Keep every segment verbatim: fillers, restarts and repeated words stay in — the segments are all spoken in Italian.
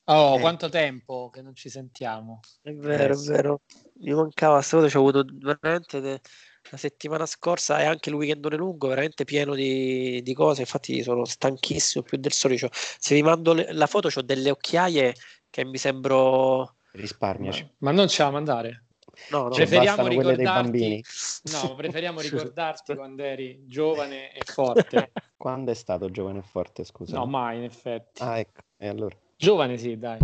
Oh, Eh. quanto tempo che non ci sentiamo. È vero, Eh, è vero. Mi mancava sta cosa, c'ho avuto veramente de- la settimana scorsa e anche il weekendone lungo, veramente pieno di, di cose. Infatti sono stanchissimo più del solito. Se vi mando le- la foto, ho delle occhiaie che mi sembro. risparmiaci. Ma, ma non ce la mandare. No, no. Ci Preferiamo bastano quelle dei ricordarti, bambini. no, preferiamo ricordarti quando eri giovane e forte. Quando è stato giovane e forte, scusa? No, mai in effetti. Ah, ecco, e allora. Giovane sì, dai.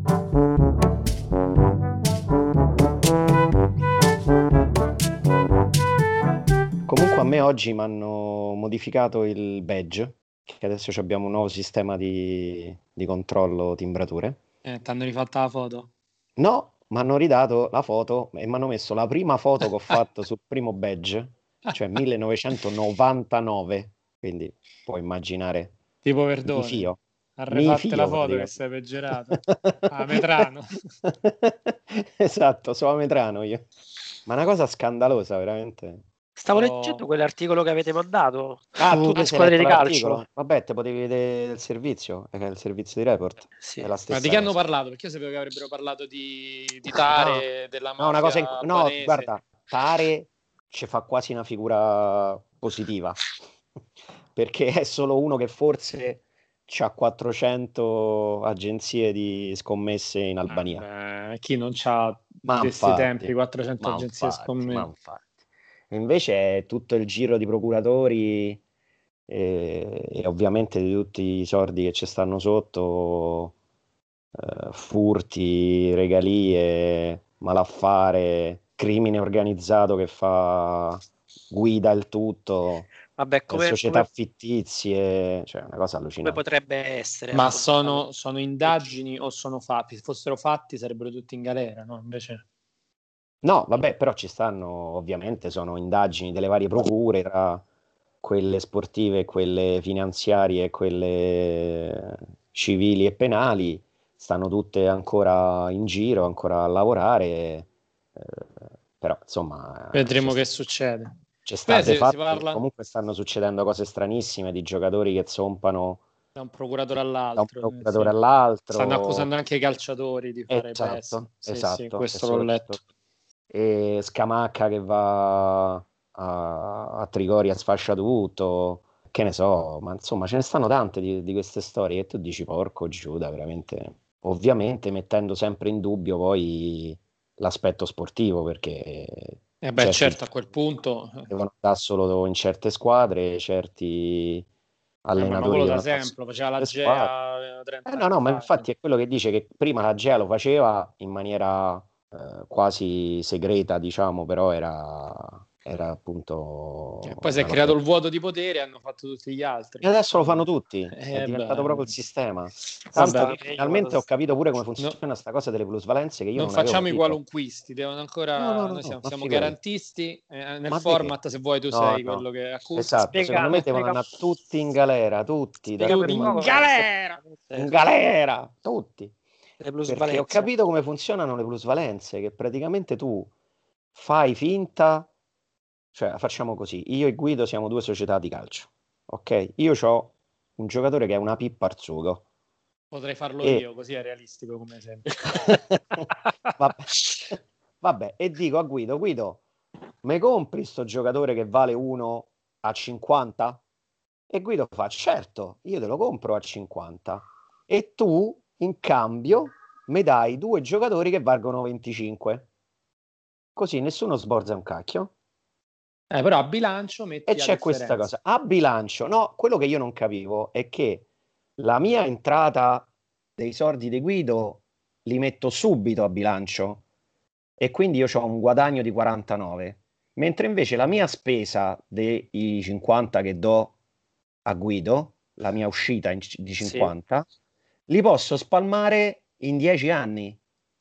Comunque a me oggi mi hanno modificato il badge, che adesso abbiamo un nuovo sistema di, di controllo timbrature. Eh, t'hanno rifatto la foto? No, mi hanno ridato la foto e mi hanno messo la prima foto che ho fatto sul primo badge, cioè millenovecentonovantanove, quindi puoi immaginare, Tipo mi Verdone. fio, Ha mi rifatto la fio foto che praticamente. sei peggiorato. Ah, Metrano. Esatto, sono a Metrano io. Ma una cosa scandalosa, veramente. Stavo Oh. leggendo quell'articolo che avete mandato Ah, tu sulle ti sei squadre letto di l'articolo? calcio. Vabbè, te potevi vedere il servizio, eh, il servizio di report. Sì. È la Ma stessa di che hanno cosa. parlato? Perché io sapevo che avrebbero parlato di, di No, Tare, della no, una cosa in... mafia No, albanese. guarda, Tare ci fa quasi una figura positiva, perché è solo uno che forse ha quattrocento agenzie di scommesse in Albania. Vabbè, chi non c'ha Ma di questi tempi infatti, quattrocento ma agenzie infatti, ma scommesse? infatti. Invece è tutto il giro di procuratori e, e ovviamente di tutti i soldi che ci stanno sotto, eh, furti, regalie, malaffare, crimine organizzato che fa, guida il tutto, Vabbè, eh, come, società come, fittizie, cioè una cosa come allucinante. potrebbe essere Ma affrontato? sono, sono indagini o sono fatti? Se fossero fatti sarebbero tutti in galera, no? Invece... No, vabbè, però ci stanno, ovviamente, sono indagini delle varie procure tra quelle sportive, e quelle finanziarie, e quelle civili e penali, stanno tutte ancora in giro, ancora a lavorare, eh, però insomma c'è, Vedremo che succede. c'è Beh, sta de si, si fatto che parla comunque stanno succedendo cose stranissime di giocatori che zompano da un procuratore da un all'altro. eh, procuratore sì. Stanno all'altro. accusando anche i calciatori di fare pessimo. Esatto, Sì, sì, esatto, e questo l'ho letto. soprattutto e Scamacca che va a, a Trigoria sfascia tutto, che ne so, ma insomma ce ne stanno tante di, di queste storie che tu dici porco Giuda, veramente, ovviamente mettendo sempre in dubbio poi l'aspetto sportivo, perché E beh, certi certo, a quel punto... devono andare solo in certe squadre, certi Eh, ma, ma allenatori quello da devono andare sempre, solo lo in faceva la certe squadre. Gea Eh trenta no, anni no, ma fa. infatti è quello che dice che prima la Gea lo faceva in maniera eh, quasi segreta, diciamo, però era, era appunto E poi si è una creato cosa. il vuoto di potere e hanno fatto tutti gli altri. E adesso lo fanno Vabbè. tutti, è Eh, diventato proprio beh. il sistema. Vabbè, Tanto Sta che meglio finalmente quando... ho capito pure come no, funziona sta cosa delle plusvalenze che io non non avevo facciamo i capito. qualunquisti, devono No, no, ancora... no, Noi no, siamo, ma siamo figurati. garantisti. eh, nel Ma di che? format, se vuoi, tu No, sei no. quello che accusa. Esatto, secondo Spiega, me devono spiega, andare tutti in galera, tutti, da spiegami un prima In po' all'ultimo. come funzionano galera! In galera, tutti. le Perché ho plusvalenze. capito come funzionano le plusvalenze, che praticamente tu fai finta, cioè facciamo così, io e Guido siamo due società di calcio, ok? Io ho un giocatore che è una pippa al sugo Potrei farlo e io, così è realistico come esempio. vabbè, vabbè, e dico a Guido, Guido, mi compri sto giocatore che vale uno a cinquanta? E Guido fa, certo, io te lo compro a cinquanta e tu in cambio mi dai due giocatori che valgono venticinque. Così nessuno sborza un cacchio. Eh, però a bilancio E metti la c'è questa differenza. cosa. A bilancio, no, quello che io non capivo è che la mia entrata dei soldi di Guido li metto subito a bilancio e quindi io ho un guadagno di quarantanove, mentre invece la mia spesa dei cinquanta che do a Guido, la mia uscita in- di Sì. cinquanta, li posso spalmare in dieci anni.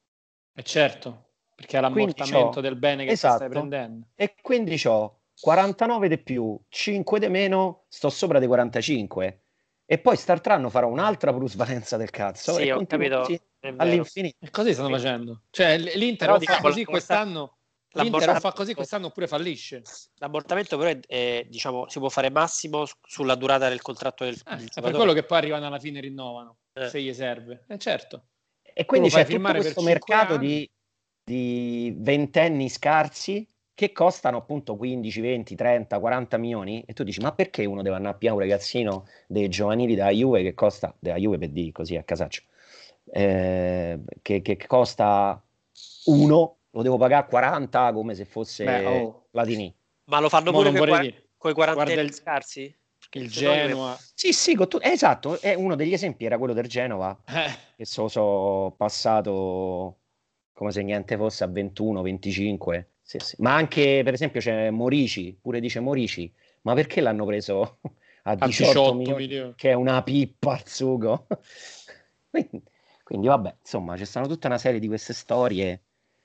E certo, perché è Quindi l'ammortamento c'ho, del bene che ti stai esatto, prendendo. e quindi c'ho quarantanove di più, cinque di meno, sto sopra dei quarantacinque. E poi st'altro anno farò un'altra plusvalenza del cazzo Sì, e ho continuo capito, così è vero. all'infinito. E così stanno Capito. facendo. Cioè, l- l'Inter Però o fa diciamo così l'ammorta- quest'anno, l'Inter o fa così l'ammortamento, quest'anno oppure fallisce. l'ammortamento però è, è, diciamo, si può fare massimo su- sulla durata del contratto del, Eh, del è per quello giocatore. che poi arrivano alla fine e rinnovano, Eh, se gli serve. E certo. E quindi Tu lo fai c'è tutto filmare per questo cinque mercato anni. di, di ventenni scarsi che costano appunto quindici, venti, trenta, quaranta milioni e tu dici ma perché uno deve andare a più un ragazzino dei giovanili della Juve che costa, della Juve per dire così a casaccio, eh, che, che costa uno, lo devo pagare a quaranta come se fosse Beh, oh, Platini. Ma lo fanno mo pure non con vorrei i dire. Guarda quarantenni il, scarsi? Perché il se no io- Genoa. Sì, sì, con tu- esatto, è uno degli esempi era quello del Genova, Eh, che so, so passato come se niente fosse a ventuno, venticinque, sì, sì. Ma anche per esempio c'è Morici, pure dice Morici, ma perché l'hanno preso a a diciotto diciotto milioni, milioni. che è una pippa al sugo? Quindi, quindi, vabbè, insomma, ci stanno tutta una serie di queste storie.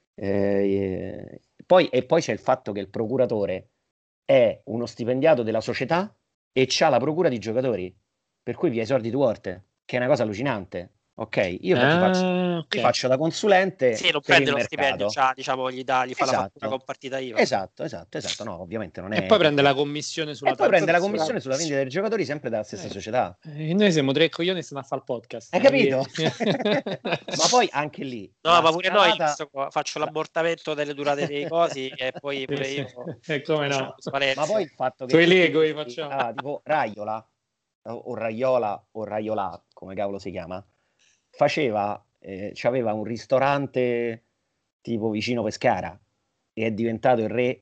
eh, poi, e poi c'è il fatto che il procuratore è uno stipendiato della società e c'ha la procura di giocatori, per cui via i soldi tu orte, che è una cosa allucinante. Ok, io ti faccio, Ah, ti ok. faccio da consulente Sì, non per prende il lo stipendio, mercato. cioè, diciamo, gli, dà, gli fa la fattura Esatto, con partita I V A. esatto, esatto, esatto. No, ovviamente non E è poi prende tipo. la commissione E sulla poi prende la transazione. commissione sulla vendita dei giocatori sempre dalla stessa Eh, società. eh, noi siamo tre coglioni e stiamo a fare il podcast. Hai non è capito? che- Ma poi anche lì No, la ma pure noi scalata. questo qua, faccio la- l'ammortamento delle durate dei cosi e poi Sì, pure sì. io E come faccio no? Ma poi trasparenza. il fatto che Sui tutti Lego li questi, facciamo. ah, tipo Raiola o o Raiola o Raiola, come cavolo si chiama, faceva, eh, c'aveva un ristorante tipo vicino Pescara e è diventato il re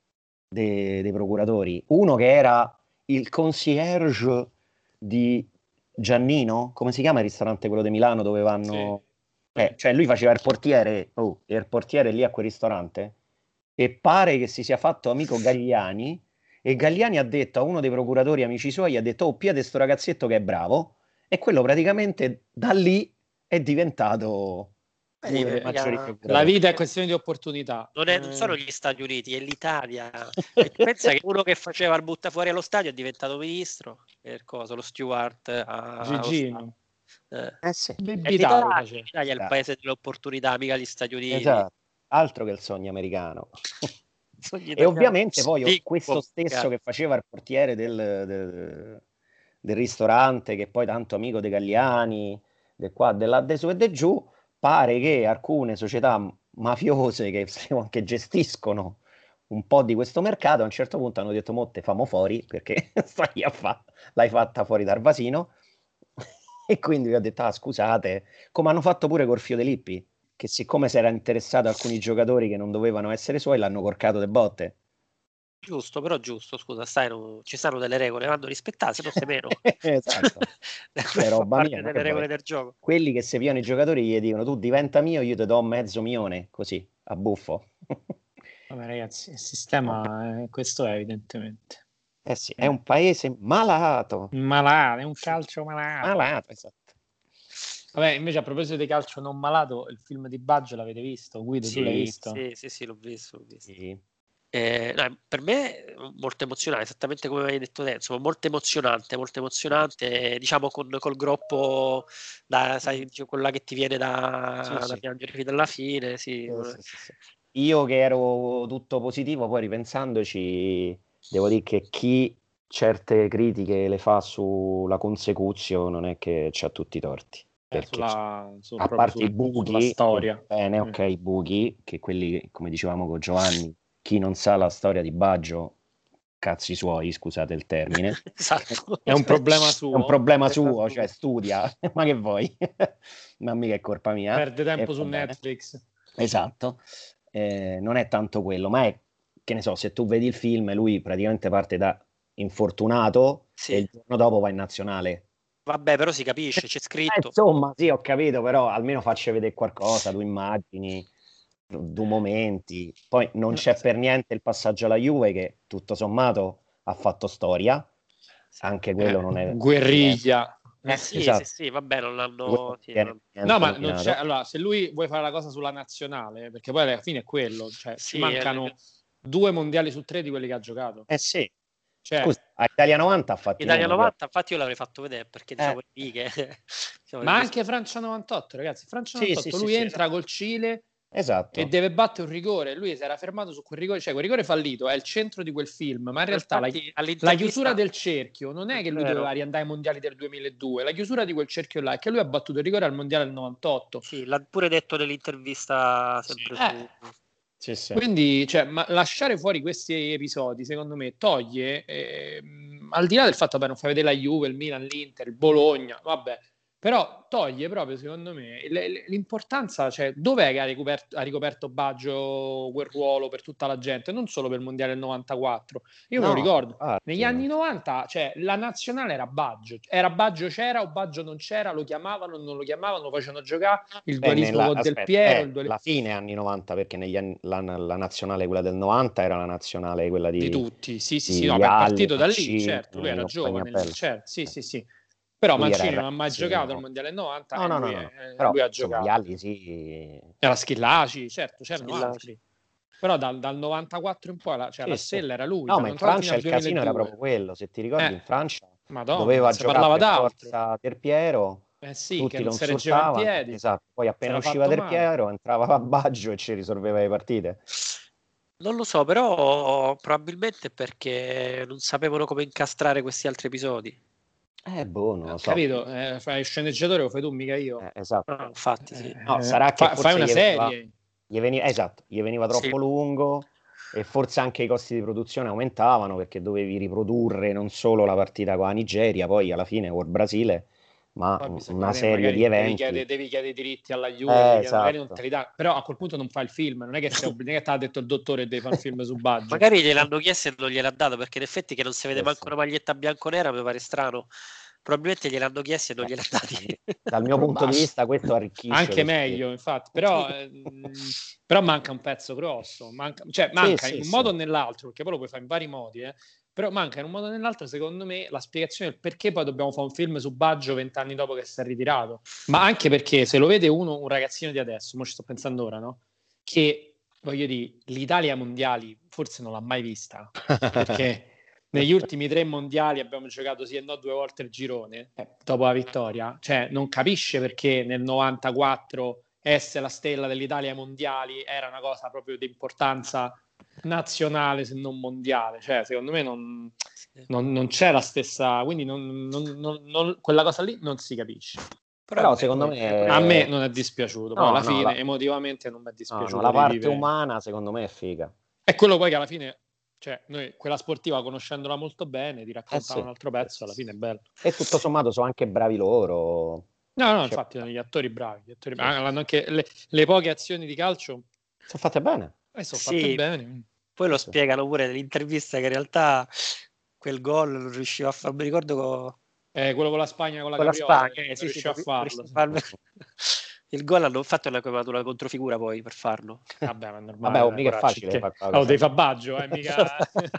de- dei procuratori. Uno che era il concierge di Giannino, come si chiama il ristorante quello di Milano dove Sì. vanno. Eh, cioè lui faceva il portiere, oh, e il portiere lì a quel ristorante e pare che si sia fatto amico Gagliani e Gagliani ha detto a uno dei procuratori amici suoi, ha detto oh, piede sto ragazzetto che è bravo e quello praticamente da lì è diventato Vedi, uno dei mica- maggiori La procuratori. vita è questione di opportunità. non, è- non sono Eh, gli Stati Uniti, è l'Italia. E tu pensa che uno che faceva il buttafuori allo stadio è diventato ministro? Per cosa? Lo steward a- allo stadio. Gigino. Eh. Eh sì, È Bibita lo l'Italia, faceva. l'Italia è il esatto, paese delle opportunità, mica gli Stati Uniti. esatto. Altro che il sogno americano. Sogni E italiani. ovviamente poi oh, Big questo stesso che faceva il portiere del, del- del ristorante, che poi tanto amico dei Galliani, del qua, della, de su e de giù, pare che alcune società mafiose che, che gestiscono un po' di questo mercato a un certo punto hanno detto motte famo fuori perché stai a fa, l'hai fatta fuori dal vasino e quindi vi ho detto ah scusate, come hanno fatto pure col Fio De Lippi che siccome si era interessato a alcuni giocatori che non dovevano essere suoi l'hanno corcato de botte. Giusto, però giusto, scusa, stai, no- ci stanno delle regole, vanno rispettate, se no sei meno. Esatto, Fa c'è roba mia, parte ma delle che vuoi? regole del gioco. Quelli che se piano i giocatori gli dicono tu diventa mio, io ti do mezzo milione, così, a buffo. Vabbè, ragazzi, il sistema è questo è evidentemente. Eh sì, è un paese malato, Malato, è un calcio malato. malato, esatto. Vabbè, invece a proposito di calcio non malato, il film di Baggio l'avete visto? Guido, tu l'hai Sì, visto? Sì, sì, sì, l'ho visto, l'ho visto. sì. Eh, no, per me è molto emozionante, esattamente come hai detto te, insomma, molto emozionante, molto emozionante, diciamo con, col groppo, da, sai, diciamo, quello là che ti viene da, Sì, da sì. piangere fino alla fine, sì. Sì, sì, sì, sì. Io che ero tutto positivo, poi ripensandoci, devo dire che chi certe critiche le fa sulla consecuzione non è che c'ha tutti i torti. Eh, Perché sulla, su- a proprio parte i sul- sulla buchi, che storia. bene, Sì. ok, i buchi, che quelli, come dicevamo con Giovanni, chi non sa la storia di Baggio, cazzi suoi, scusate il termine. Esatto. È un problema È un suo. problema Esatto. suo, cioè studia, ma che vuoi? Ma mica è colpa mia. Perde E tempo va su bene. Netflix. Esatto. Eh, non è tanto quello, ma è, che ne so, se tu vedi il film, lui praticamente parte da infortunato e Sì, il giorno dopo va in nazionale. vabbè, però si capisce, c'è Eh, scritto. insomma, sì, ho capito, però almeno faccia vedere qualcosa, due immagini, due momenti. Poi non c'è per niente il passaggio alla Juve che tutto sommato ha fatto storia, Sì. anche quello Eh, non è niente. guerriglia. Eh Eh. sì, sì, Esatto, sì, vabbè, non quello l'hanno... non Sì, non viene hanno- No, niente ma non c'è. nominato. Allora, se lui vuole fare la cosa sulla nazionale, perché poi alla fine è quello, cioè ci Sì, mancano eh, due mondiali su tre di quelli che ha giocato. Eh sì, Cioè, scusa, a Italia novanta ha fatti Italia uno, Pio. novanta, infatti io l'avrei fatto vedere perché Eh, diciamo le righe. Diciamo, ma il anche Francia novantotto, ragazzi. Francia sì, sì, novantotto, sì, lui sì. entra col Cile Esatto. e deve battere un rigore. Lui si era fermato su quel rigore, cioè quel rigore fallito è il centro di quel film, ma in realtà la, la chiusura del cerchio non è che lui Vero. doveva riandare ai mondiali del duemiladue, la chiusura di quel cerchio là è che lui ha battuto il rigore al mondiale del novantotto. Sì, l'ha pure detto nell'intervista sempre Sì. su... Eh. Sì, sì. Quindi, cioè, ma lasciare fuori questi episodi, secondo me, toglie, eh, al di là del fatto che non fai vedere la Juve, il Milan, l'Inter, il Bologna, vabbè, però toglie proprio, secondo me, le, l'importanza, cioè, dov'è che ha ricoperto, ha ricoperto Baggio quel ruolo per tutta la gente, non solo per il Mondiale del novantaquattro. Io no, me lo ricordo, infatti. negli anni novanta, cioè, la nazionale era Baggio, era Baggio c'era o Baggio non c'era, lo chiamavano, non lo chiamavano, lo facevano giocare, il Beh, dualismo nella, con Del aspetta, Piero, eh, il dualismo... la fine anni novanta, perché negli anni, la, la nazionale, quella del novanta, era la nazionale quella di, di tutti, sì, sì, sì, di no, beh, è Vialli, partito da lì, Mancini, certo, lui era compagnia giovane lì, bella. certo, sì, sì, sì. Però Lui era Mancini il non ha mai ragazzino. giocato al Mondiale novanta No, e no, lui, no, no. è- Però, lui ha insomma, giocato. Vialli sì. Era Schillaci, certo, c'erano Schillaci. altri. Però dal, dal novantaquattro in poi la, cioè, Sì, la sì. stella era lui, No, dal ma in novantaquattro Francia il fino al casino era proprio duemiladue. quello. Se ti ricordi, Eh, in Francia Madonna, doveva si giocare parlava per d'altro. forza Del Piero, Eh sì, che tutti non lo si reggeva in insultavano. piedi, Esatto. Poi si appena era usciva fatto Del male. Piero entrava a Baggio e ci risolveva le partite. Non lo so, però probabilmente perché non sapevano come incastrare questi altri episodi. Eh, boh, non Ho lo so. capito, eh, fai sceneggiatore, lo fai tu, mica io. Eh, esatto. Ah, infatti, sì. No, Eh, sarà che fa- fai forse una gli veniva, serie. gli veniva, esatto, gli veniva Sì. troppo lungo e forse anche i costi di produzione aumentavano perché dovevi riprodurre non solo la partita con la Nigeria, poi alla fine o il Brasile, ma Poi un- bisogna una vedere, serie magari di devi eventi. chiedere, devi chiedere i diritti alla Juve, Eh, devi chiedere- magari non esatto. te li dà, però a quel punto non fai il film, non è che sei obbligato, non è che ti ha detto il dottore devi fare un film su Baggio. Magari gliel'hanno chiesto e non gliel'ha dato, perché in effetti che non si vede Sì, manco sì. una maglietta bianco-nera mi pare strano. Probabilmente gliel'hanno chiesto e non Beh, gliel'ha dati. dal, dal mio punto di vista questo arricchisce Anche questo meglio, film. infatti, però, ehm, però manca un pezzo grosso, manca, cioè Sì, manca sì, in un sì. modo o nell'altro, perché poi lo puoi fare in vari modi, eh, però manca in un modo o nell'altro, secondo me, la spiegazione del perché poi dobbiamo fare un film su Baggio vent'anni dopo che si è ritirato, ma anche perché se lo vede uno, un ragazzino di adesso, mo ci sto pensando ora, no? Che, voglio dire, l'Italia ai mondiali forse non l'ha mai vista, perché negli ultimi tre mondiali abbiamo giocato sì e no due volte il girone, eh, dopo la vittoria, cioè non capisce perché nel novantaquattro essere la stella dell'Italia ai mondiali era una cosa proprio di importanza nazionale se non mondiale, cioè secondo me non, non, non c'è la stessa, quindi non, non, non, non, quella cosa lì non si capisce. Però Però secondo poi, me A me non è dispiaciuto, poi no, alla no, fine la... emotivamente non mi è no, dispiaciuto no, la parte rivivere. umana secondo me è figa. È quello poi che alla fine, cioè, noi quella sportiva conoscendola molto bene, ti Eh raccontano sì. un altro pezzo, alla fine è bello. E tutto sommato sono anche bravi loro. No, no, Cioè, infatti, gli attori bravi, gli attori sì, bravi. sì. Ah, hanno anche le, le poche azioni di calcio Sono fatte bene. eh, sono sì, fatte bene. poi lo Sì, sì. spiegano pure nell'intervista che in realtà quel gol non riusciva a fare, mi ricordo co- Eh, quello con la Spagna, con la con la Caprioli, Spagna, eh, non sì, sì, riusciva non a ri- non farlo. riusciva a Sì. farlo. Il gol hanno fatto una, una controfigura poi per farlo. Vabbè, ma è normale. Vabbè, oh, dai, mica è poracci, facile che... fare quella Oh, cosa devi lì. fa Baggio, eh, mica...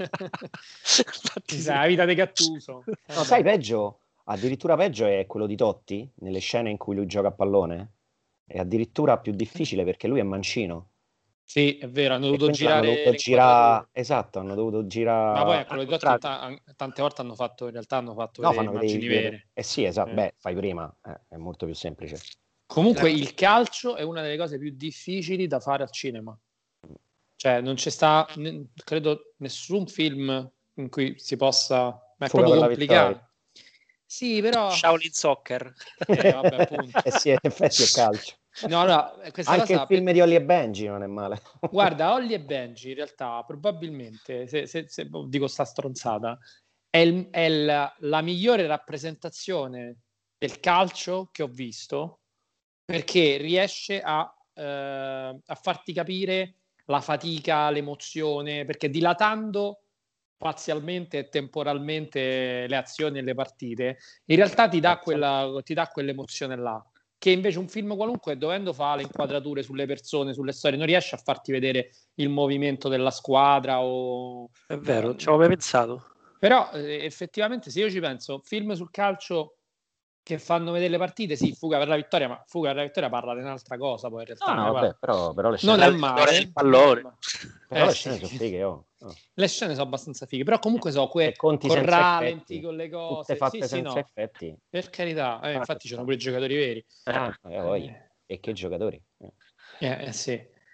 Infatti Mi sì. sa, la vita di Gattuso. No, Vabbè. sai, peggio, addirittura peggio è quello di Totti, nelle scene in cui lui gioca a pallone. È addirittura più difficile perché lui è mancino. Sì, è vero, hanno E dovuto quindi l'hanno girare dovuto le inquadrature. girare. Esatto, hanno dovuto Ma poi girare. a quello Al di Totti contrario. ta- tante volte hanno fatto, in realtà hanno fatto No, vedere fanno vedere i immagini video. vere. Eh sì, esatto. Eh. Beh, fai prima, eh, è molto più semplice. Comunque La cosa- il calcio è una delle cose più difficili da fare al cinema. Cioè non c'è sta, ne- credo, nessun film in cui si possa... Ma è Fuga proprio per la complicato. vittoria. Sì, però... Shaolin Soccer. Eh, vabbè, appunto. Eh sì, in effetti è calcio. No, allora, questa Anche cosa... il film di Holly e Benji non è male. Guarda, Holly e Benji in realtà probabilmente, se, se- se dico sta stronzata, è, il- è la, la migliore rappresentazione del calcio che ho visto perché riesce a, eh, a farti capire la fatica, l'emozione, perché dilatando parzialmente e temporalmente le azioni e le partite, in realtà ti dà, quella, ti dà quell'emozione là che invece un film qualunque, dovendo fare le inquadrature sulle persone, sulle storie, non riesce a farti vedere il movimento della squadra o... È vero, non ci avevo mai pensato. Però eh, effettivamente se io ci penso, film sul calcio che fanno vedere le partite, sì, Fuga per la vittoria, ma Fuga per la vittoria parla di un'altra cosa poi in realtà. No, no, eh, vabbè, però, però le non scene, è L'allenatore male. del pallone. Non è male. però Eh, le sì. scene sono fighe, oh. Oh. Le scene sono abbastanza fighe, però comunque so que- Se conti con senza ralenti, effetti, con le tutte cose. fatte Sì, sì, senza no, effetti. per carità. Eh, Ah, infatti ci c'erano sta. pure i giocatori veri. Ah, eh, voglia. Eh, E che giocatori. Eh. eh, eh, sì.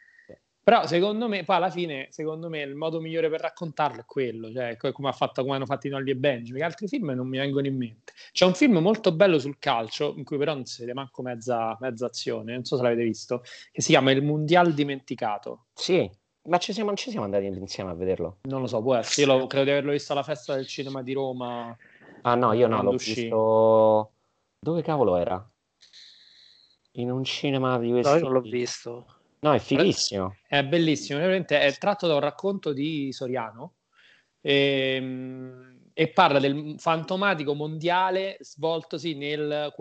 Però secondo me, poi alla fine, secondo me il modo migliore per raccontarlo è quello, cioè come, ha fatto, come hanno fatto i Nolli e Benji, perché altri film non mi vengono in mente. C'è un film molto bello sul calcio, in cui però non si vede manco mezza, mezza azione, non so se l'avete visto, che si chiama Il Mundial Dimenticato. Sì, ma ci siamo, ci siamo andati insieme a vederlo. Non lo so, può essere, io lo, credo di averlo visto alla festa del cinema di Roma. Ah no, io eh, no, l'ho uscì. visto... Dove cavolo era? In un cinema di questi... No, io non l'ho visto. No, è fighissimo. È bellissimo, veramente è tratto da un racconto di Soriano e, e parla del fantomatico mondiale svoltosi nel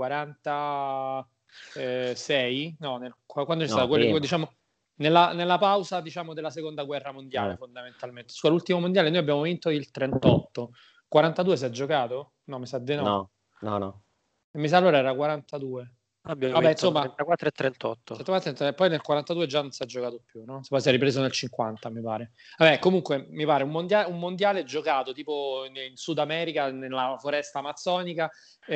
quarantasei, no, nel, quando c'è No, stato, quello, prima. diciamo, nella, nella pausa, diciamo, della seconda guerra mondiale, Eh. fondamentalmente. Sull'ultimo mondiale noi abbiamo vinto il trentotto. quarantadue si è giocato? No, mi sa di no. No, no, no. Mi sa allora era quarantadue. Abbiamo Vabbè, vinto insomma, trentaquattro e trentotto. trentaquattro, poi nel quarantadue già non si è giocato più, no? Poi si è ripreso nel cinquanta, mi pare. Vabbè, comunque mi pare un mondiale, un mondiale giocato tipo in, in Sud America, nella foresta amazzonica,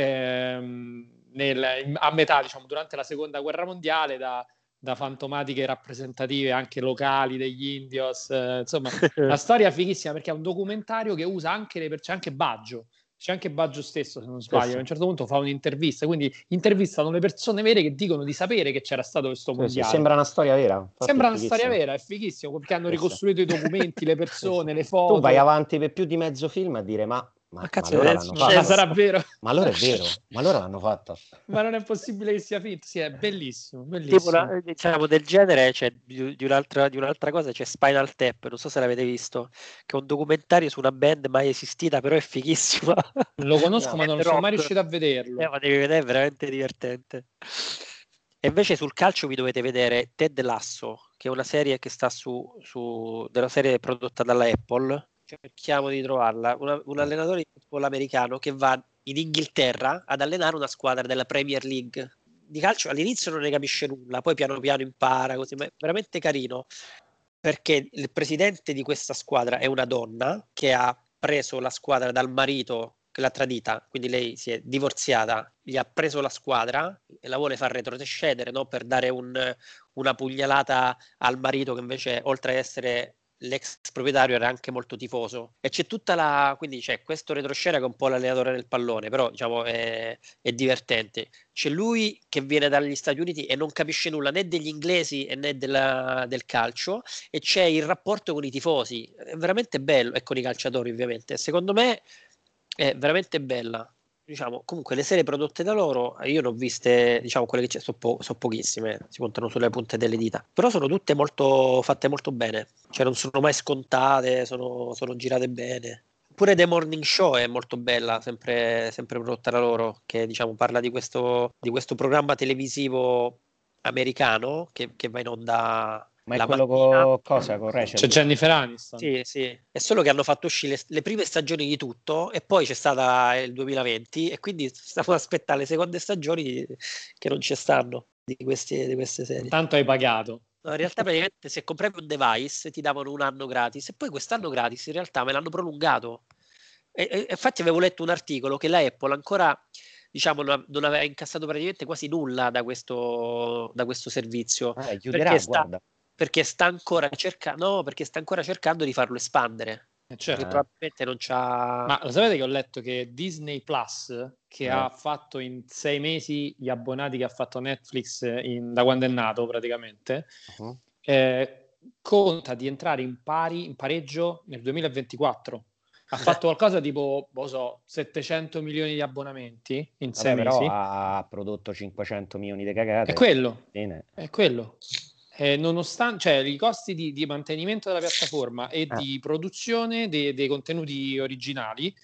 ehm, nel, a metà, diciamo, durante la seconda guerra mondiale, da, da fantomatiche rappresentative anche locali degli indios. Eh, insomma, una storia fighissima perché è un documentario che usa anche le c'è anche Baggio. C'è anche Baggio stesso, se non sbaglio, sì. a un certo punto fa un'intervista, quindi intervistano le persone vere che dicono di sapere che c'era stato questo Sì, mondiale. sì, sembra una storia vera. Infatti Sembra è una storia fighissimo. vera, è fighissimo, perché hanno Sì, ricostruito sì. i documenti, le persone, Sì, le sì. foto. Tu vai avanti per più di mezzo film a dire ma, ma, Ma cazzo, ma allora è l'hanno successo? Ma fatto. sarà vero? Ma allora è vero, ma allora l'hanno fatto. Ma non è possibile che sia finto. Sì, è bellissimo, Tipo bellissimo. una, diciamo del genere, cioè, di, di un'altra, di un'altra cosa c'è Spinal Tap, non so se l'avete visto, che è un documentario su una band mai esistita, però è fighissima. Lo conosco, No. ma non Band sono mai rock. riuscito a Eh, vederlo. ma devi vedere, è veramente divertente. E invece sul calcio vi dovete vedere Ted Lasso, che è una serie che sta su, su della serie prodotta dalla Apple. Cerchiamo di trovarla. Una, un allenatore di football americano che va in Inghilterra ad allenare una squadra della Premier League. Di calcio all'inizio non ne capisce nulla, poi piano piano impara, così, ma è veramente carino perché il presidente di questa squadra è una donna che ha preso la squadra dal marito che l'ha tradita, quindi lei si è divorziata, gli ha preso la squadra e la vuole far retrocedere, no? Per dare un, una pugnalata al marito che invece oltre ad essere l'ex proprietario era anche molto tifoso e c'è tutta la, quindi c'è questo retroscena che è un po' l'allenatore del pallone, però diciamo è, è divertente. C'è lui che viene dagli Stati Uniti e non capisce nulla né degli inglesi né della, del calcio, e c'è il rapporto con i tifosi, è veramente bello, e con i calciatori ovviamente. Secondo me è veramente bella. Diciamo, comunque le serie prodotte da loro, io ne ho viste, diciamo, quelle che c'è, sono po- so pochissime, si contano sulle punte delle dita, però sono tutte molto fatte molto bene, cioè non sono mai scontate, sono, sono girate bene. Pure The Morning Show è molto bella, sempre, sempre prodotta da loro, che diciamo parla di questo, di questo programma televisivo americano che, che va in onda Ma è la quello mattina. con cosa? Con C'è Rachel? Jennifer Aniston. Sì, sì, è solo che hanno fatto uscire le, le prime stagioni di tutto e poi c'è stata il duemilaventi e quindi stiamo ad aspettare le seconde stagioni che non ci stanno di, questi, di queste serie. Tanto hai pagato. No, in realtà praticamente se compravi un device ti davano un anno gratis e poi quest'anno gratis in realtà me l'hanno prolungato. E, e, infatti avevo letto un articolo che la Apple ancora diciamo non, non aveva incassato praticamente quasi nulla da questo, da questo servizio Eh, chiuderà, perché sta, guarda. perché sta ancora cercando no, perché sta ancora cercando di farlo espandere. Eh, Perché certo. probabilmente non c'ha. Ma lo sapete che ho letto che Disney Plus, che Eh. ha fatto in sei mesi gli abbonati che ha fatto Netflix in, da quando è nato praticamente, Uh-huh. eh, conta di entrare in pari, in pareggio nel duemilaventiquattro. Ha fatto qualcosa tipo, lo so, settecento milioni di abbonamenti in Vabbè, sei però mesi. ha prodotto cinquecento milioni di cagate. È quello, Bene. è quello. Eh, nonostante, cioè, i costi di, di mantenimento della piattaforma e Eh. di produzione dei, dei contenuti originali,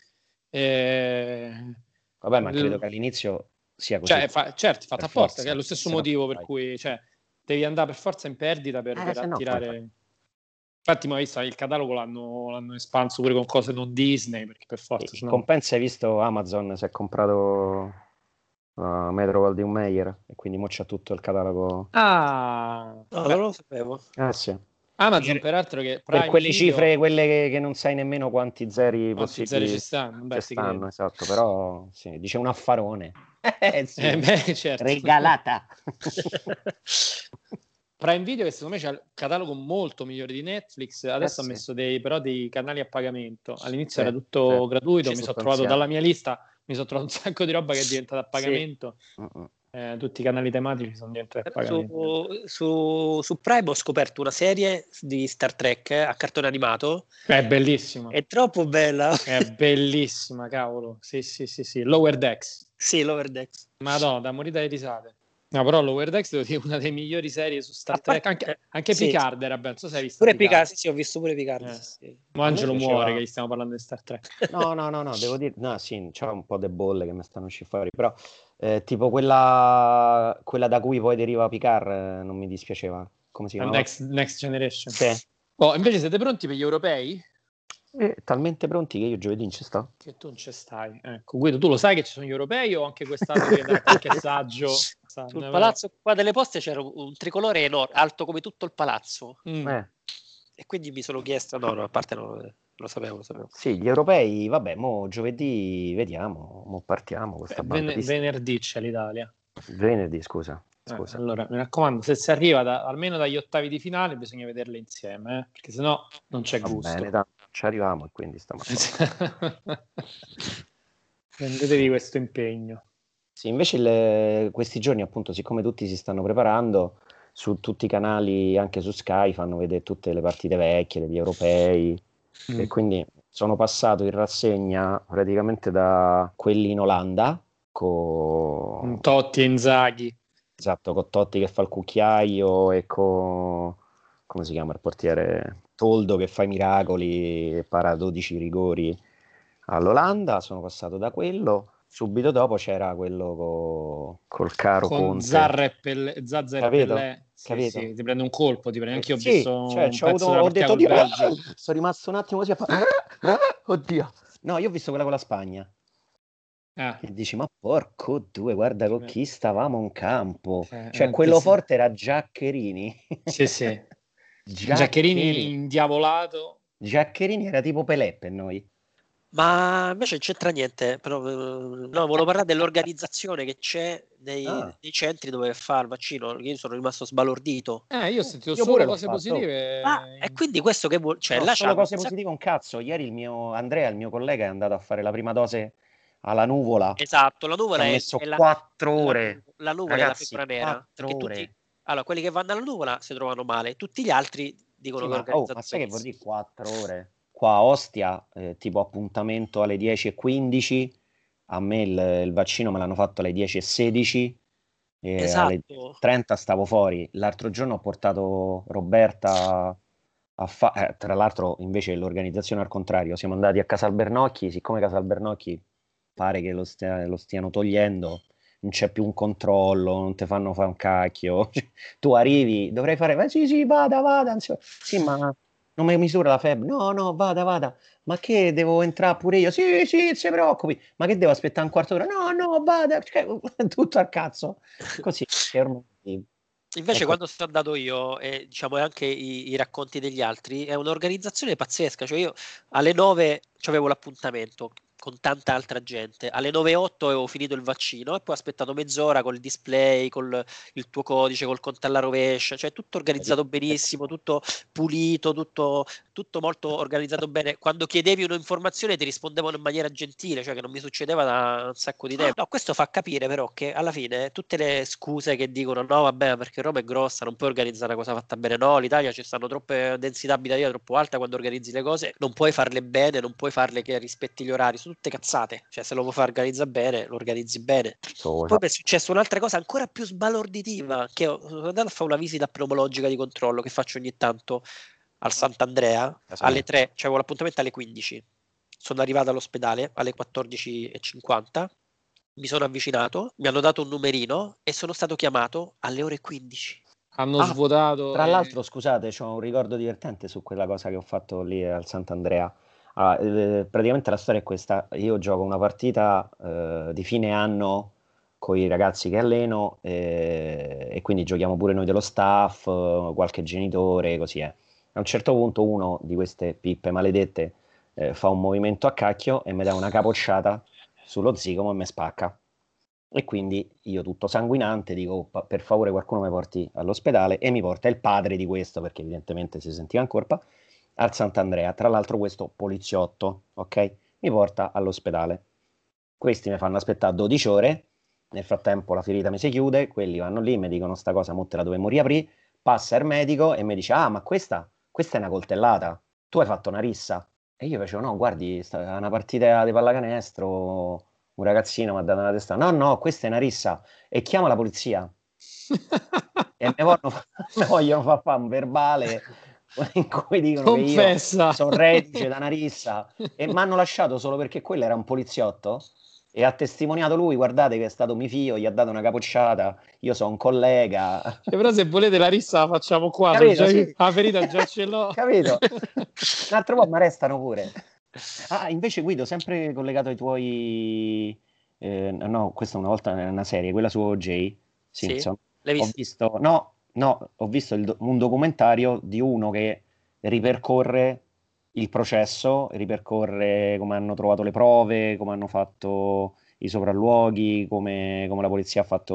eh, Vabbè, ma credo l- che all'inizio sia così. cioè, fa, certo, fatto Per apposta, forza, che è lo stesso se no motivo per fai. cui cioè, devi andare per forza in perdita per, Eh, per se no, attirare. poi Infatti, ma visto il catalogo l'hanno, l'hanno espanso pure con cose non Disney, perché per forza. In Sennò... compenso hai visto Amazon si è comprato uh, Metro Goldwyn Mayer e quindi mo c'ha tutto il catalogo. Ah, No, beh, non lo sapevo. Eh sì. Amazon, Per, peraltro, che per Prime quelle Video, cifre, quelle che, che non sai nemmeno quanti zeri quanti zeri ci possibili stanno? Beh, ci ti stanno, credo. esatto, però sì, dice un affarone. Eh sì, Eh, beh, certo. regalata. Prime Video, che secondo me c'è il catalogo molto migliore di Netflix, adesso Eh ha sì. messo dei, però dei canali a pagamento. All'inizio Sì, era tutto sì. gratuito, Ci mi sto sono trovato pensiamo. dalla mia lista, mi sono trovato un sacco di roba che è diventata a Sì. pagamento. Mm-mm. Eh, tutti i canali tematici sono diventati a pagamento. Su, su, su Prime ho scoperto una serie di Star Trek eh, a cartone animato. È bellissima, È troppo bella. è bellissima, cavolo. Sì, sì, sì, sì. Lower Decks. Sì, Lower Decks. Madonna, da morire dalle risate. No, però Lower Decks devo dire una delle migliori serie su A Star Trek. parte, Anche, eh, anche sì, Picard era bello. Non so se hai visto pure Picard. Picard, sì, sì, ho visto pure Picard. Eh. Sì, sì. Ma A me Angelo piaceva- muore che gli stiamo parlando di Star Trek. No, no, no, no, devo dire, no, sì, c'è un po' di bolle che mi stanno uscendo fuori, però eh, tipo quella, quella da cui poi deriva Picard eh, non mi dispiaceva. Come si chiamava? Next, Next Generation. Sì. Oh, invece siete pronti per gli europei? Eh, talmente pronti che io giovedì non ci sto. Che tu non ci stai. Ecco, Guido, tu lo sai che ci sono gli europei o anche quest'anno devi andare a qualche saggio? Sul Però- palazzo qua delle poste c'era un, un tricolore enorme, alto come tutto il palazzo. Mm. Eh, E quindi mi sono chiesto, no, no, a parte no, eh, lo sapevo, lo sapevo. sì, gli europei, vabbè, mo giovedì vediamo, mo partiamo questa Beh, banda ven- di... venerdì c'è l'Italia. Venerdì, scusa, Eh, scusa. allora, mi raccomando, se si arriva da- almeno dagli ottavi di finale bisogna vederle insieme, eh, perché sennò non c'è Va gusto. bene, tanto ci arriviamo e quindi stiamo a posto. Prendetevi questo impegno. Sì, invece il- questi giorni, appunto, siccome tutti si stanno preparando, su tutti i canali, anche su Sky, fanno vedere tutte le partite vecchie degli europei. Mm. E quindi sono passato in rassegna praticamente da quelli in Olanda, con, Totti e Inzaghi. esatto, con Totti che fa il cucchiaio e con, come si chiama il portiere? Toldo che fa i miracoli e para dodici rigori all'Olanda. Sono passato da quello. Subito dopo c'era quello co- col caro Con Conte. Zarra e Pelle, Zazza e Capito? Pellè. Sì, Capito? sì, ti prende un colpo, ti prende. Anche io ho Sì, visto cioè, un c'ho pezzo avuto- della ho partita detto col tipo, Belgio. sono rimasto un attimo così a fare, oddio. No, io ho visto quella con la Spagna. Ah, E dici, ma porco due, guarda con chi stavamo in campo. eh, Cioè, eh, quello sì. forte era Giaccherini. Sì, sì. Giaccherini Giaccherini. indiavolato. Giaccherini era tipo Pelé per noi. Ma invece non c'entra niente, però, eh, no, volevo parlare dell'organizzazione che c'è nei, Ah. nei centri dove fa il vaccino. Io sono rimasto sbalordito. Eh, io ho sentito Io solo pure l'ho cose fatto. positive. Ma e quindi questo che vuol, cioè No, là solo c'hanno cose un sacco- positive un cazzo. Ieri il mio Andrea, il mio collega, è andato a fare la prima dose alla nuvola. Esatto, la Ci nuvola ha è, messo è la, quattro la, ore. la nuvola è la Ragazzi, pecora nera, quattro perché tutti, ore. allora, quelli che vanno alla nuvola si trovano male, tutti gli altri dicono Sì, che è ma, oh, organizzato ma sai che vuol benissimo. dire quattro ore? Qua a Ostia, eh, tipo appuntamento alle dieci e quindici, a me il, il vaccino me l'hanno fatto alle dieci e sedici, e alle Esatto. trenta stavo fuori. L'altro giorno ho portato Roberta a fare, tra l'altro invece l'organizzazione al contrario, siamo andati a Casalbernocchi, siccome Casalbernocchi pare che lo, stia- lo stiano togliendo, non c'è più un controllo, non ti fanno fare un cacchio. Tu arrivi, dovrei fare, ma sì, sì, vada, vada. insomma. Sì, ma non mi misura la febbre. No, no, vada, vada. Ma che devo entrare pure io? Sì, sì, non si preoccupi. Ma che devo aspettare un quarto d'ora? No, no, vada. Cioè, tutto al cazzo. Così, che ormai... Invece Ecco, quando sono andato io e diciamo e anche i, i racconti degli altri è un'organizzazione pazzesca, cioè io alle nove avevo l'appuntamento con tanta altra gente, alle nove e otto avevo finito il vaccino e poi ho aspettato mezz'ora col display, col il tuo codice, col conto alla rovescia, cioè tutto organizzato benissimo, tutto pulito, tutto, tutto molto organizzato bene. Quando chiedevi un'informazione ti rispondevano in maniera gentile, cioè che non mi succedeva da un sacco di tempo. No, questo fa capire però che alla fine tutte le scuse che dicono no vabbè perché Roma è grossa, non puoi organizzare una cosa fatta bene, no l'Italia ci stanno troppe densità abitativa troppo alta, quando organizzi le cose non puoi farle bene, non puoi farle che rispetti gli orari, sono tutte cazzate, cioè se lo vuoi far organizzare bene lo organizzi bene. so- Poi mi è successo un'altra cosa ancora più sbalorditiva, che ho, sono andato a fare una visita pneumologica di controllo che faccio ogni tanto al Sant'Andrea casa alle mia. tre, c'avevo l'appuntamento alle quindici. Sono arrivato all'ospedale alle quattordici e cinquanta, mi sono avvicinato, mi hanno dato un numerino e sono stato chiamato alle ore quindici. Hanno Ah, svuotato. tra E... l'altro, scusate, c'ho un ricordo divertente su quella cosa che ho fatto lì al Sant'Andrea. Allora, eh, praticamente la storia è questa: io gioco una partita eh, di fine anno con i ragazzi che alleno eh, e quindi giochiamo pure noi dello staff, eh, qualche genitore, così è. A un certo punto uno di queste pippe maledette eh, fa un movimento a cacchio e mi dà una capocciata sullo zigomo e mi spacca. E quindi io tutto sanguinante dico, "Oh, pa- per favore qualcuno mi porti all'ospedale", e mi porta il padre di questo, perché evidentemente si sentiva in colpa, al Sant'Andrea. Tra l'altro questo poliziotto, ok? Mi porta all'ospedale. Questi mi fanno aspettare dodici ore, nel frattempo la ferita mi si chiude, quelli vanno lì, mi dicono sta cosa, mo te la dovremmo riaprire, passa il medico e mi dice, ah, ma questa, questa è una coltellata, tu hai fatto una rissa. E io facevo, no, guardi, sta una partita di pallacanestro, un ragazzino mi ha dato una testa, no, no, questa è una rissa, e chiama la polizia. E mi vogliono, fa- mi vogliono far fare un verbale in cui dicono che io Confessa. sono reduce da una rissa, e mi hanno lasciato solo perché quello era un poliziotto e ha testimoniato lui, guardate che è stato mio figlio, gli ha dato una capocciata, io sono un collega. Cioè, però se volete la rissa la facciamo qua, so Capito? già, Sì. la ferita già ce l'ho. Capito? Un altro po' mi restano pure. Ah, invece Guido, sempre collegato ai tuoi... eh, no, questa una volta era una serie, quella su O J Sì? Simpson. L'hai Ho visto? visto, no, no, ho visto il do- un documentario di uno che ripercorre il processo, ripercorre come hanno trovato le prove, come hanno fatto i sopralluoghi, come, come la polizia ha fatto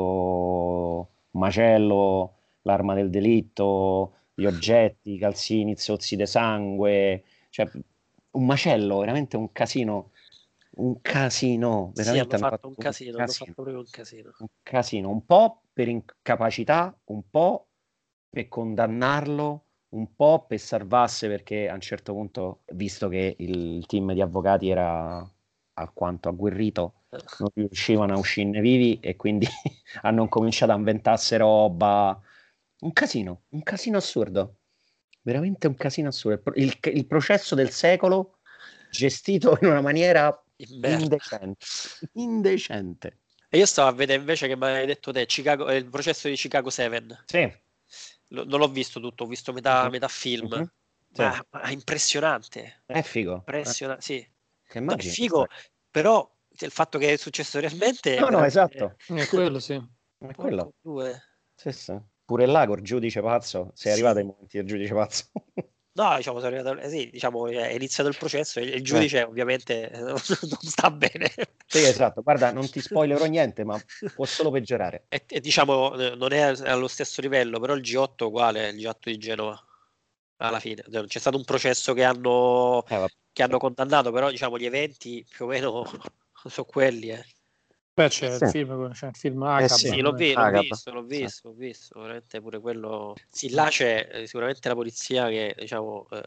un macello, l'arma del delitto, gli oggetti, i calzini, i zozzi di sangue, cioè un macello, veramente un casino, un casino, Sì, veramente hanno hanno fatto fatto un un casino, hanno casino, fatto proprio un casino. un casino, un po' per incapacità, un po' per condannarlo, un po' per salvarsi, perché a un certo punto, visto che il team di avvocati era alquanto agguerrito, non riuscivano a uscirne vivi e quindi hanno cominciato a inventarsi roba. Un casino, un casino assurdo. Veramente un casino assurdo. Il, il processo del secolo gestito in una maniera In merda. indecente. Indecente. E io stavo a vedere invece che mi hai detto te, Chicago, eh, il processo di Chicago sette. Sì. Lo- non l'ho visto tutto, ho visto metà, Mhm. metà film. Mhm. Sì. Ma, ma è impressionante. È figo. Eh, Impressionante, sì. che No, è immagini che figo, storia. però il fatto che è successo realmente è No, no, veramente... esatto. È quello, sì. È quello. Porco due. Sì, sì. Pure là col giudice pazzo. Sei arrivato ai Sì. momenti del giudice pazzo. No, diciamo, sono arrivato- eh sì, diciamo, è iniziato il processo e il Eh. giudice ovviamente eh, non sta bene. Sì, esatto. Guarda, non ti spoilerò niente, ma può solo peggiorare. E, e diciamo, eh, non è allo stesso livello, però il G otto è uguale, il G otto di Genova, alla fine. Cioè, c'è stato un processo che hanno, Eh, vabbè. che hanno condannato, però diciamo gli eventi più o meno sono quelli. Eh. Beh, c'è il Sì. film, c'è il film Eh Sì, sì. Acab. sì, l'ho, vi- l'ho Agab. visto, l'ho Sì. visto, l'ho visto, veramente pure quello. Sì, là c'è eh, sicuramente la polizia che diciamo eh,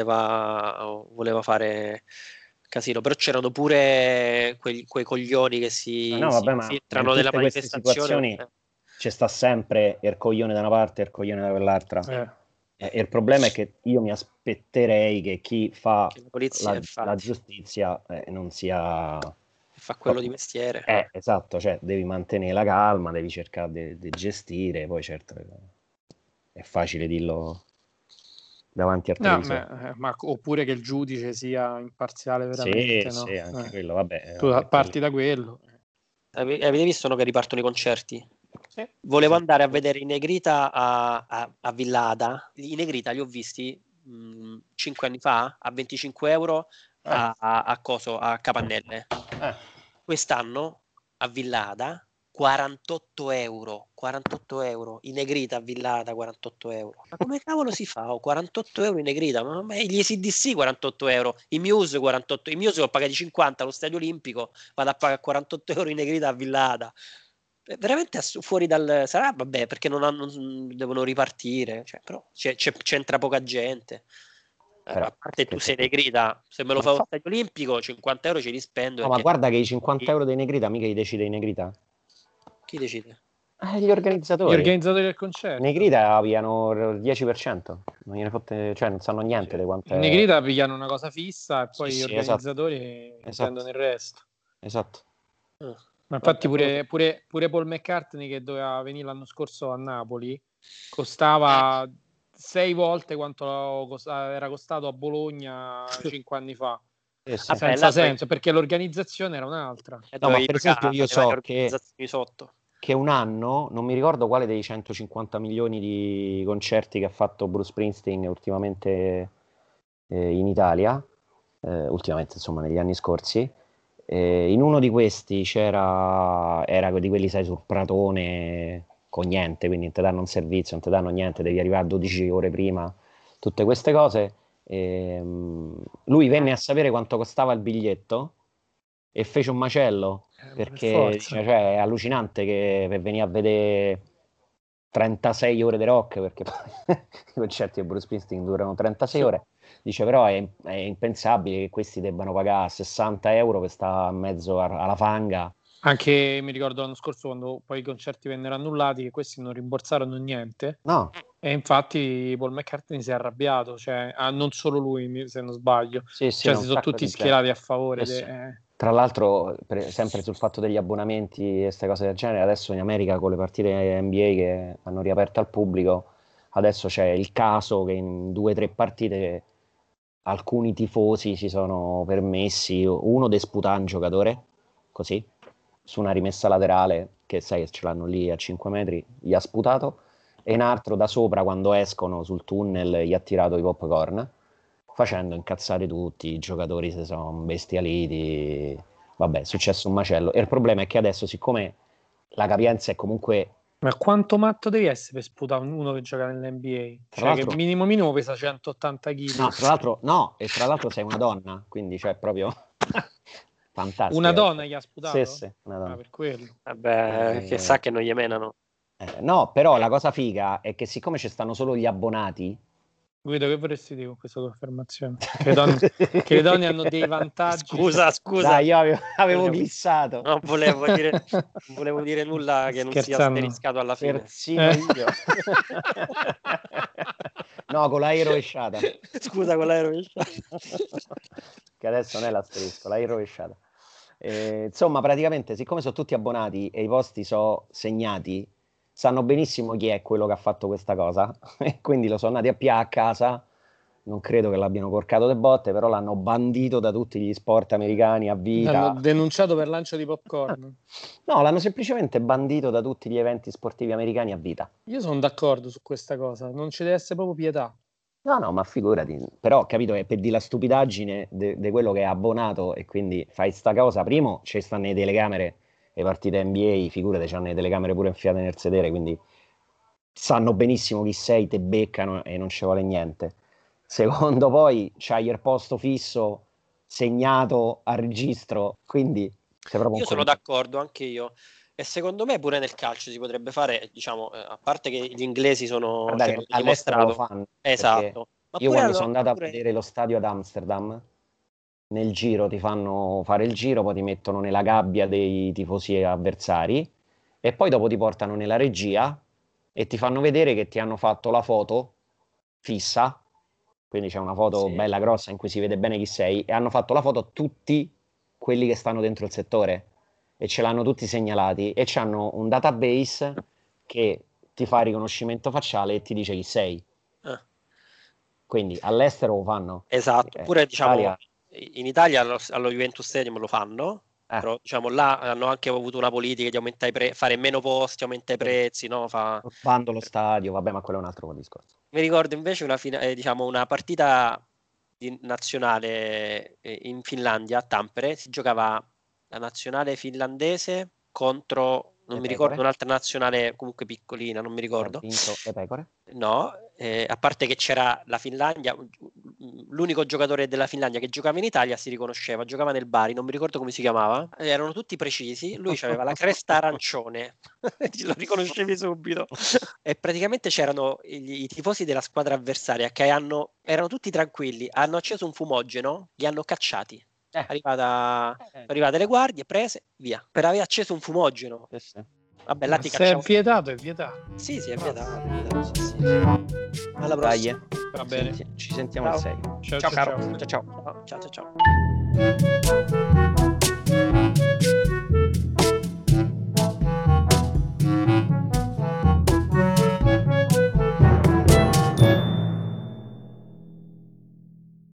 voleva, voleva fare casino, però c'erano pure quei, quei coglioni che Ah, si, no, si vabbè, ma, ma in infiltrano nella tutte queste manifestazione. situazioni eh. c'è sta sempre il coglione da una parte e il coglione da quell'altra. Eh. E, e il problema è che io mi aspetterei che chi fa Che la polizia, la, la infatti, giustizia eh, non sia... fa quello di mestiere. Eh, esatto, cioè devi mantenere la calma, devi cercare di gestire, poi certo è facile dirlo davanti al No, televisore. ma, eh, ma- oppure che il giudice sia imparziale Sì, veramente, no? sì, anche Eh. quello, vabbè, eh, Tu vabbè, quelli- parti da quello. Ave- Avete visto no, che ripartono i concerti? Sì, Volevo sì. andare a vedere i Negrita a, a, a Villada. I Negrita li ho visti mh, cinque anni fa a venticinque euro Eh, a, a, a Coso, a Capannelle. eh. Quest'anno a Villada quarantotto euro. quarantotto euro. I Negrita a Villada quarantotto euro. Ma come cavolo si fa? Oh, quarantotto euro in Negrita? Ma, ma gli A C D C quarantotto euro. I Muse quarantotto. I Muse l'ho pagati cinquanta allo Stadio Olimpico. Vado a pagare quarantotto euro in Negrita a Villada. È veramente ass- fuori dal... Sarà, vabbè, perché non, hanno, non devono ripartire. Cioè, però c'è- c'è- c'entra poca gente. Eh, Però, a parte tu che sei te- Negrita, se me lo ma fa allo infatti, Stadio Olimpico, cinquanta euro ce li spendo no, ma perché... guarda che i cinquanta euro dei Negrita mica li decide i Negrita. Chi decide? Eh, gli gli organizzatori. organizzatori del I concerto. Negrita pigliano il dieci per cento, non gliene fotte, cioè non sanno niente di I quante... Negrita pigliano una cosa fissa e Sì, poi gli sì, esatto, organizzatori esatto, prendono il resto. esatto. Ah, Ma infatti vabbè, non lo so. pure, pure, pure Paul McCartney che doveva venire l'anno scorso a Napoli costava sei volte quanto costa- era costato a Bologna cinque anni fa. Sì, sì. Vabbè, là Senza dovevi, senso, perché l'organizzazione era un'altra. eh, No, ma dovevi per esempio pagare io le varie so che, organizzazioni sotto. che un anno, non mi ricordo quale dei centocinquanta milioni di concerti che ha fatto Bruce Springsteen ultimamente eh, in Italia, eh, ultimamente insomma negli anni scorsi, E in uno di questi c'era, era di quelli, sai, sul pratone con niente, quindi non ti danno un servizio, non ti danno niente, devi arrivare dodici ore prima, tutte queste cose. E, um, lui venne a sapere quanto costava il biglietto e fece un macello, Eh, perché dice, cioè, è allucinante che per venire a vedere trentasei ore di rock, perché i concerti di Bruce Springsteen durano trentasei ore. Dice, però è, è impensabile che questi debbano pagare sessanta euro per stare in mezzo a, alla fanga. Anche mi ricordo l'anno scorso, quando poi i concerti vennero annullati, che questi non rimborsarono niente. No. E infatti Paul McCartney si è arrabbiato, cioè, ah, non solo lui, se non sbaglio, sì, sì, cioè no, si sono tutti schierati a favore. Sì, de... sì. eh. Tra l'altro, per, sempre sul fatto degli abbonamenti e queste cose del genere, adesso in America con le partite N B A che hanno riaperto al pubblico, adesso c'è il caso che in due o tre partite alcuni tifosi si sono permessi, uno di sputare un giocatore, così, su una rimessa laterale, che sai che ce l'hanno lì a cinque metri, gli ha sputato, e un altro da sopra, quando escono sul tunnel, gli ha tirato i popcorn, facendo incazzare tutti, i giocatori si sono bestialiti, vabbè, è successo un macello. E il problema è che adesso, siccome la capienza è comunque... Ma quanto matto devi essere per sputare uno che gioca nell'N B A? Tra cioè l'altro... che minimo minimo pesa centottanta chili. No, tra l'altro, no, e tra l'altro sei una donna, quindi cioè proprio... fantastico. Una donna gli ha sputato? Sì, sì, una donna. Ah, per quello. Vabbè, Eh, che sa che non gli menano. Eh, no, però la cosa figa è che siccome ci stanno solo gli abbonati... Guido, che vorresti dire con questa tua affermazione? Che le donne, che le donne hanno dei vantaggi. Scusa, scusa. Dai, io avevo, avevo glissato. Non volevo dire, non volevo dire nulla che non sia asteriscato alla fine. Persino eh. io. No, con l'aereo rovesciata. Scusa, con l'aereo rovesciata. Che adesso non è l'asterisco, l'aereo rovesciata. Eh, insomma, praticamente, siccome sono tutti abbonati e i posti sono segnati, sanno benissimo chi è quello che ha fatto questa cosa e quindi lo sono andati a pià a casa. Non credo che l'abbiano corcato de botte, però l'hanno bandito da tutti gli sport americani a vita. L'hanno denunciato per lancio di popcorn. No, l'hanno semplicemente bandito da tutti gli eventi sportivi americani a vita. Io sono d'accordo su questa cosa, non ci deve essere proprio pietà. No, no, ma figurati, però capito, è per di la stupidaggine di quello che è abbonato e quindi fai sta cosa. Primo, ci stanno le telecamere, le partite N B A, figurati, c'hanno le telecamere pure infiate nel sedere, quindi sanno benissimo chi sei, te beccano e non ci vuole niente. Secondo, poi c'hai il posto fisso segnato a registro, quindi sei proprio io un sono con... d'accordo anche io, e secondo me pure nel calcio si potrebbe fare, diciamo, eh, a parte che gli inglesi sono Guarda che all'estero lo fanno, esatto, ma io quando allo... sono andato pure... a vedere lo stadio ad Amsterdam, nel giro ti fanno fare il giro, poi ti mettono nella gabbia dei tifosi avversari e poi dopo ti portano nella regia e ti fanno vedere che ti hanno fatto la foto fissa, quindi c'è una foto sì. bella grossa in cui si vede bene chi sei, e hanno fatto la foto a tutti quelli che stanno dentro il settore e ce l'hanno tutti segnalati e c'hanno un database che ti fa il riconoscimento facciale e ti dice chi sei. Ah. Quindi all'estero lo fanno. Esatto, eh, pure diciamo Italia... in Italia allo, allo Juventus Stadium lo fanno, eh. però diciamo là hanno anche avuto una politica di aumentare i pre- fare meno posti, aumenta i prezzi, no? Fa... Bando lo stadio, vabbè, ma quello è un altro discorso. Mi ricordo invece una, fina- eh, diciamo una partita di nazionale eh, in Finlandia, a Tampere, si giocava la nazionale finlandese contro, non le mi pecore. ricordo, un'altra nazionale comunque piccolina, non mi ricordo. Ha vinto le pecore? No, eh, a parte che c'era la Finlandia, l'unico giocatore della Finlandia che giocava in Italia si riconosceva, giocava nel Bari, non mi ricordo come si chiamava, erano tutti precisi, lui aveva la cresta arancione, lo riconoscevi subito, e praticamente c'erano i, i tifosi della squadra avversaria che hanno, erano tutti tranquilli, hanno acceso un fumogeno, li hanno cacciati. Eh. Arrivata, arrivate le guardie, prese, via, per aver acceso un fumogeno. Sì, sì. Vabbè, là ti se cacciamo... è vietato, è vietato. Sì, sì, è vietato. È vietato sì, sì. Alla prossima. Dai, Va bene. Senti, ci sentiamo al sei. Ciao, Ciao, ciao, caro. ciao. Ciao, ciao. Ciao, ciao, ciao.